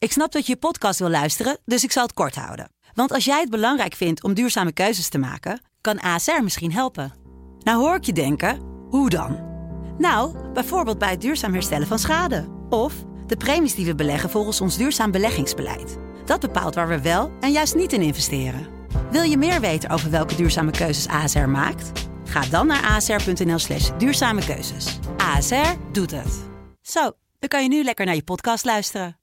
Ik snap dat je podcast wil luisteren, dus ik zal het kort houden. Want als jij het belangrijk vindt om duurzame keuzes te maken, kan ASR misschien helpen. Nou hoor ik je denken, hoe dan? Nou, bijvoorbeeld bij het duurzaam herstellen van schade. Of de premies die we beleggen volgens ons duurzaam beleggingsbeleid. Dat bepaalt waar we wel en juist niet in investeren. Wil je meer weten over welke duurzame keuzes ASR maakt? Ga dan naar asr.nl/duurzame keuzes. ASR doet het. Zo, dan kan je nu lekker naar je podcast luisteren.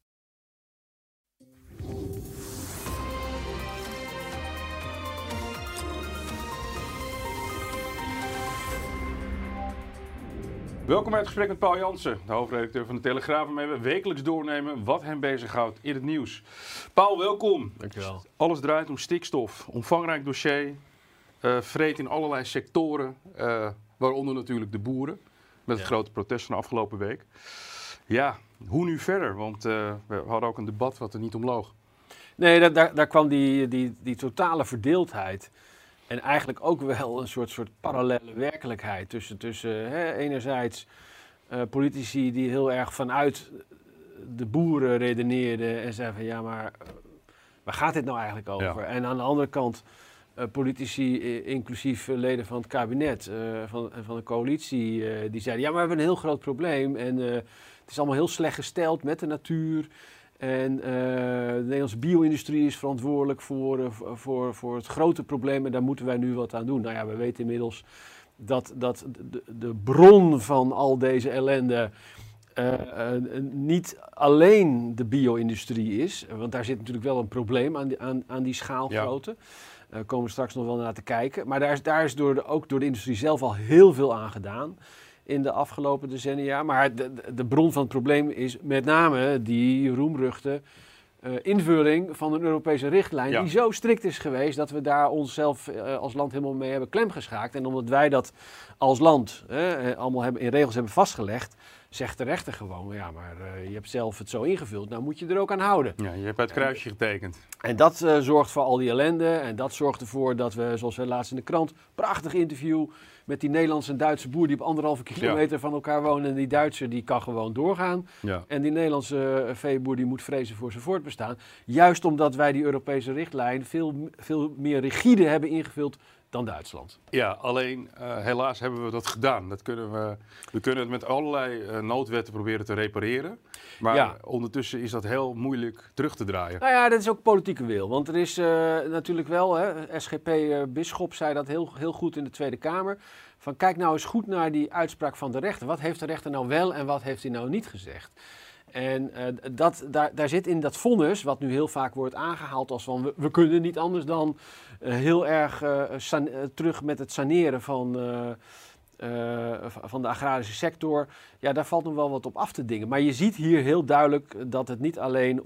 Welkom bij het gesprek met Paul Jansen, de hoofdredacteur van de Telegraaf, waarmee we wekelijks doornemen wat hem bezighoudt in het nieuws. Paul, welkom. Dankjewel. Alles draait om stikstof. Omvangrijk dossier, vreet in allerlei sectoren, waaronder natuurlijk de boeren, met het grote protest van de afgelopen week. Ja, hoe nu verder? Want we hadden ook een debat wat er niet om loog. Nee, daar kwam die totale verdeeldheid. En eigenlijk ook wel een soort parallele werkelijkheid tussen enerzijds politici die heel erg vanuit de boeren redeneerden en zeiden van ja, maar waar gaat dit nou eigenlijk over? Ja. En aan de andere kant politici, inclusief leden van het kabinet, van de coalitie, die zeiden ja, maar we hebben een heel groot probleem en het is allemaal heel slecht gesteld met de natuur. En de Nederlandse bio-industrie is verantwoordelijk voor het grote probleem en daar moeten wij nu wat aan doen. Nou ja, we weten inmiddels dat de bron van al deze ellende niet alleen de bio-industrie is. Want daar zit natuurlijk wel een probleem aan die schaalgrootte. Daar komen we straks nog wel naar te kijken. Maar daar is ook door de industrie zelf al heel veel aan gedaan in de afgelopen decennia. Maar de bron van het probleem is met name die roemruchte invulling van een Europese richtlijn die zo strikt is geweest dat we daar onszelf als land helemaal mee hebben klemgeschaakt. En omdat wij dat als land allemaal in regels hebben vastgelegd, zegt de rechter gewoon, ja, maar je hebt zelf het zo ingevuld, nou moet je er ook aan houden. Ja, je hebt het kruisje getekend. En dat zorgt voor al die ellende en dat zorgt ervoor dat we, zoals we laatst in de krant, prachtig interview met die Nederlandse en Duitse boer die op 1,5 kilometer van elkaar wonen. En die Duitser die kan gewoon doorgaan. Ja. En die Nederlandse veeboer die moet vrezen voor zijn voortbestaan. Juist omdat wij die Europese richtlijn veel meer rigide hebben ingevuld dan Duitsland. Ja, alleen helaas hebben we dat gedaan. We kunnen het met allerlei noodwetten proberen te repareren. Maar ondertussen is dat heel moeilijk terug te draaien. Nou ja, dat is ook politieke wil. Want er is natuurlijk wel, SGP Bisschop zei dat heel goed in de Tweede Kamer. Van kijk nou eens goed naar die uitspraak van de rechter. Wat heeft de rechter nou wel en wat heeft hij nou niet gezegd? En daar zit in dat vonnis, wat nu heel vaak wordt aangehaald als van we kunnen niet anders dan heel erg terug met het saneren van de agrarische sector. Ja, daar valt nog wel wat op af te dingen. Maar je ziet hier heel duidelijk dat het niet alleen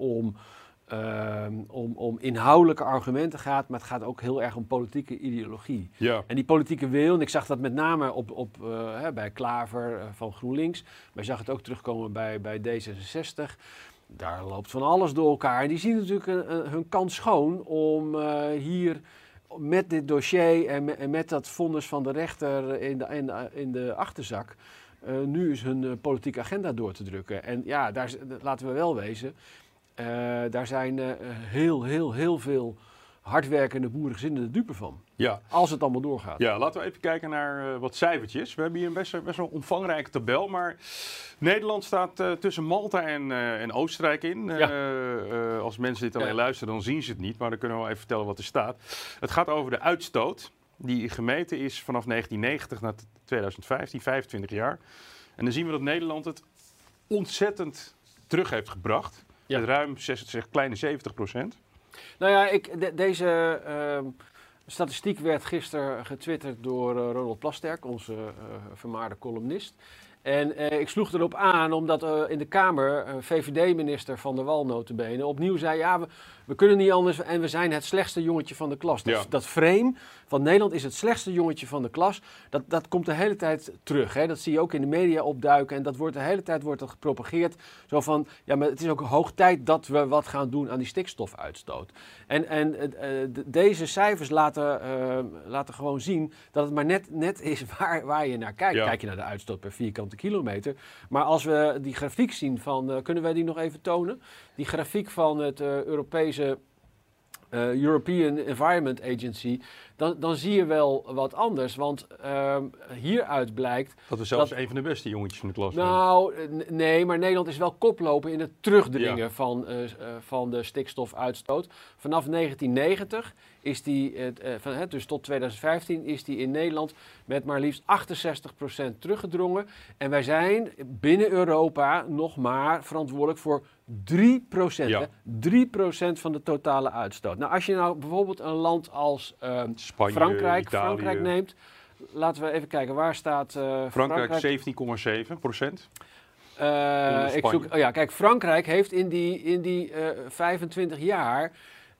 om inhoudelijke argumenten gaat, maar het gaat ook heel erg om politieke ideologie. Ja. En die politieke wil, en ik zag dat met name bij Klaver van GroenLinks, maar je zag het ook terugkomen bij D66. Daar loopt van alles door elkaar. En die zien natuurlijk hun kans schoon om hier met dit dossier en met dat vonnis van de rechter in de achterzak nu eens hun politieke agenda door te drukken. En ja, daar laten we wel wezen. Daar zijn heel veel hardwerkende boerengezinnen de dupe van. Ja. Als het allemaal doorgaat. Ja, laten we even kijken naar wat cijfertjes. We hebben hier een best wel omvangrijke tabel. Maar Nederland staat tussen Malta en Oostenrijk in. Ja. Als mensen dit alleen luisteren, dan zien ze het niet. Maar dan kunnen we wel even vertellen wat er staat. Het gaat over de uitstoot die gemeten is vanaf 1990 naar 2015, 25 jaar. En dan zien we dat Nederland het ontzettend terug heeft gebracht. Ja. Met ruim kleine 70%. Nou ja, deze statistiek werd gisteren getwitterd door Ronald Plasterk, onze vermaarde columnist. En ik sloeg erop aan omdat in de Kamer VVD-minister Van der Wal notabene opnieuw zei, ja, we kunnen niet anders en we zijn het slechtste jongetje van de klas. Ja. Dat frame van Nederland is het slechtste jongetje van de klas. Dat komt de hele tijd terug. Hè? Dat zie je ook in de media opduiken en dat wordt de hele tijd gepropageerd. Zo van, ja, maar het is ook hoog tijd dat we wat gaan doen aan die stikstofuitstoot. En deze cijfers laten gewoon zien dat het maar net is waar je naar kijkt. Ja. Kijk je naar de uitstoot per vierkante de kilometer. Maar als we die grafiek zien van, kunnen wij die nog even tonen? Die grafiek van het Europese European Environment Agency, dan zie je wel wat anders. Want hieruit blijkt... Dat we zelfs een van de beste jongetjes in de klas zijn. Nou, nee, maar Nederland is wel koploper in het terugdringen van de stikstofuitstoot. Vanaf 1990 is die, dus tot 2015, is die in Nederland met maar liefst 68% teruggedrongen. En wij zijn binnen Europa nog maar verantwoordelijk voor 3%. Ja. 3% van de totale uitstoot. Nou, als je nou bijvoorbeeld een land als Spanje, Frankrijk neemt. Laten we even kijken, waar staat Frankrijk 17,7%. Kijk, Frankrijk heeft in die 25 jaar...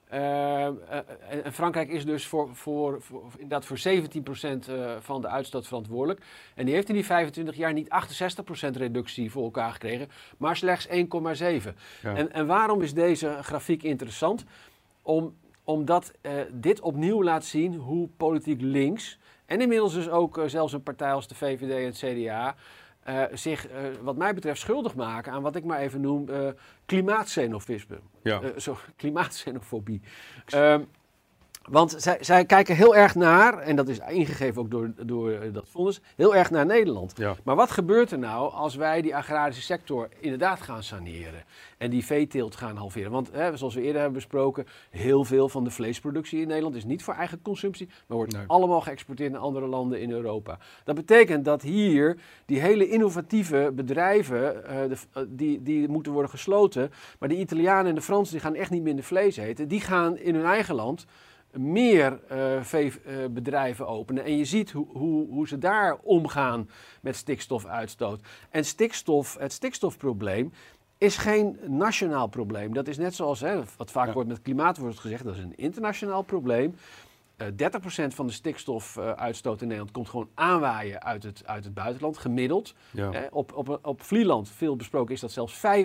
en Frankrijk is dus inderdaad voor 17% van de uitstoot verantwoordelijk. En die heeft in die 25 jaar niet 68% reductie voor elkaar gekregen, maar slechts 1,7%. Ja. En waarom is deze grafiek interessant? Omdat dit opnieuw laat zien hoe politiek links, en inmiddels dus ook zelfs een partij als de VVD en het CDA... zich, wat mij betreft, schuldig maken aan wat ik maar even noem klimaatxenofisme. Ja. Klimaatxenofobie. Want zij kijken heel erg naar, en dat is ingegeven ook door dat fonds, heel erg naar Nederland. Ja. Maar wat gebeurt er nou als wij die agrarische sector inderdaad gaan saneren en die veeteelt gaan halveren? Want zoals we eerder hebben besproken, heel veel van de vleesproductie in Nederland is niet voor eigen consumptie, maar wordt allemaal geëxporteerd naar andere landen in Europa. Dat betekent dat hier die hele innovatieve bedrijven, die moeten worden gesloten, maar de Italianen en de Fransen die gaan echt niet minder vlees eten, die gaan in hun eigen land meer veebedrijven openen. En je ziet hoe ze daar omgaan met stikstofuitstoot. En het stikstofprobleem is geen nationaal probleem. Dat is net zoals, wat vaak wordt met klimaat wordt gezegd, dat is een internationaal probleem. 30% van de stikstofuitstoot in Nederland komt gewoon aanwaaien uit het buitenland, gemiddeld. Ja. Op Vlieland, veel besproken, is dat zelfs 75%. 75%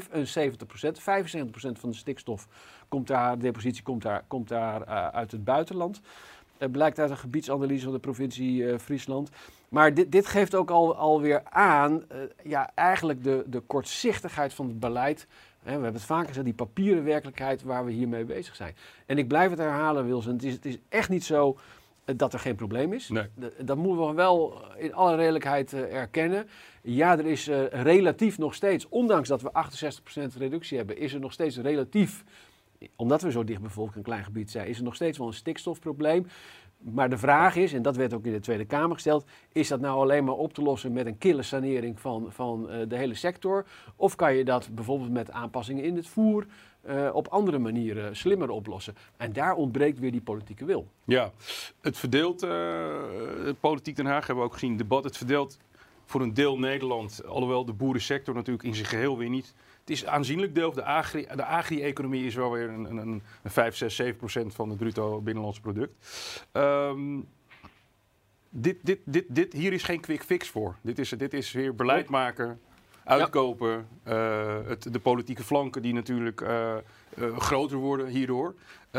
van de stikstof depositie komt daar uit het buitenland. Blijkt uit een gebiedsanalyse van de provincie Friesland. Maar dit geeft ook alweer aan, eigenlijk de kortzichtigheid van het beleid. We hebben het vaker gezegd, die papieren werkelijkheid waar we hiermee bezig zijn. En ik blijf het herhalen, Wilson. Het is echt niet zo dat er geen probleem is. Nee. Dat moeten we wel in alle redelijkheid erkennen. Ja, er is relatief nog steeds, ondanks dat we 68% reductie hebben, is er nog steeds relatief, omdat we zo dichtbevolkt een klein gebied zijn, is er nog steeds wel een stikstofprobleem. Maar de vraag is, en dat werd ook in de Tweede Kamer gesteld, is dat nou alleen maar op te lossen met een kille sanering van de hele sector? Of kan je dat bijvoorbeeld met aanpassingen in het voer op andere manieren slimmer oplossen? En daar ontbreekt weer die politieke wil. Ja, het verdeelt, politiek Den Haag hebben we ook gezien, debat, het verdeelt voor een deel Nederland, alhoewel de boerensector natuurlijk in zijn geheel weer niet. Het is een aanzienlijk deel. De agri-economie is wel weer een 5, 6, 7% van het bruto binnenlands product. Hier is geen quick fix voor. Dit is weer beleid maken, uitkopen. De politieke flanken die natuurlijk groter worden hierdoor.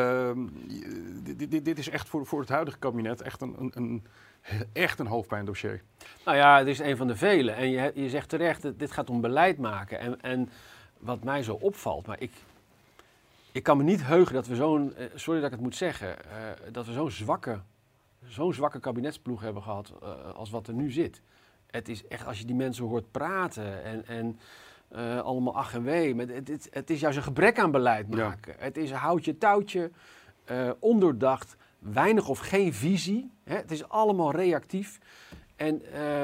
Dit is echt voor het huidige kabinet echt een hoofdpijndossier. Nou ja, het is een van de vele. En je zegt terecht, dit gaat om beleid maken. En wat mij zo opvalt, maar ik kan me niet heugen dat we sorry dat ik het moet zeggen, dat we zo'n zwakke kabinetsploeg hebben gehad als wat er nu zit. Het is echt, als je die mensen hoort praten en allemaal ach en wee, maar het is juist een gebrek aan beleid maken. Ja. Het is houtje touwtje, ondoordacht, weinig of geen visie. Het is allemaal reactief. En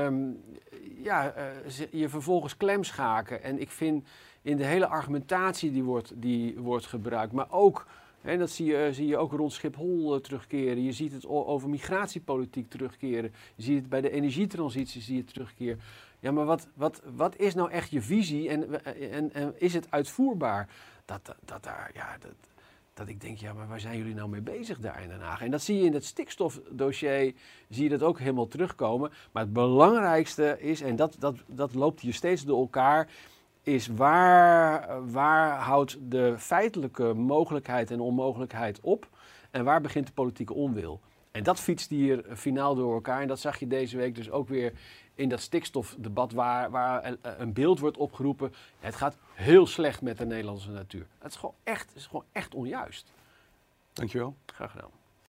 je vervolgens klemschaken. En ik vind in de hele argumentatie die wordt gebruikt, maar ook, dat zie je ook rond Schiphol terugkeren. Je ziet het over migratiepolitiek terugkeren. Je ziet het bij de energietransitie zie je het terugkeren. Ja, maar wat is nou echt je visie en is het uitvoerbaar? Dat ik denk, maar waar zijn jullie nou mee bezig daar in Den Haag? En dat zie je in het stikstofdossier, zie je dat ook helemaal terugkomen. Maar het belangrijkste is, en dat loopt hier steeds door elkaar, is waar houdt de feitelijke mogelijkheid en onmogelijkheid op? En waar begint de politieke onwil? En dat fietst hier finaal door elkaar. En dat zag je deze week dus ook weer in dat stikstofdebat waar een beeld wordt opgeroepen. Het gaat heel slecht met de Nederlandse natuur. Het is gewoon echt onjuist. Dankjewel. Graag gedaan.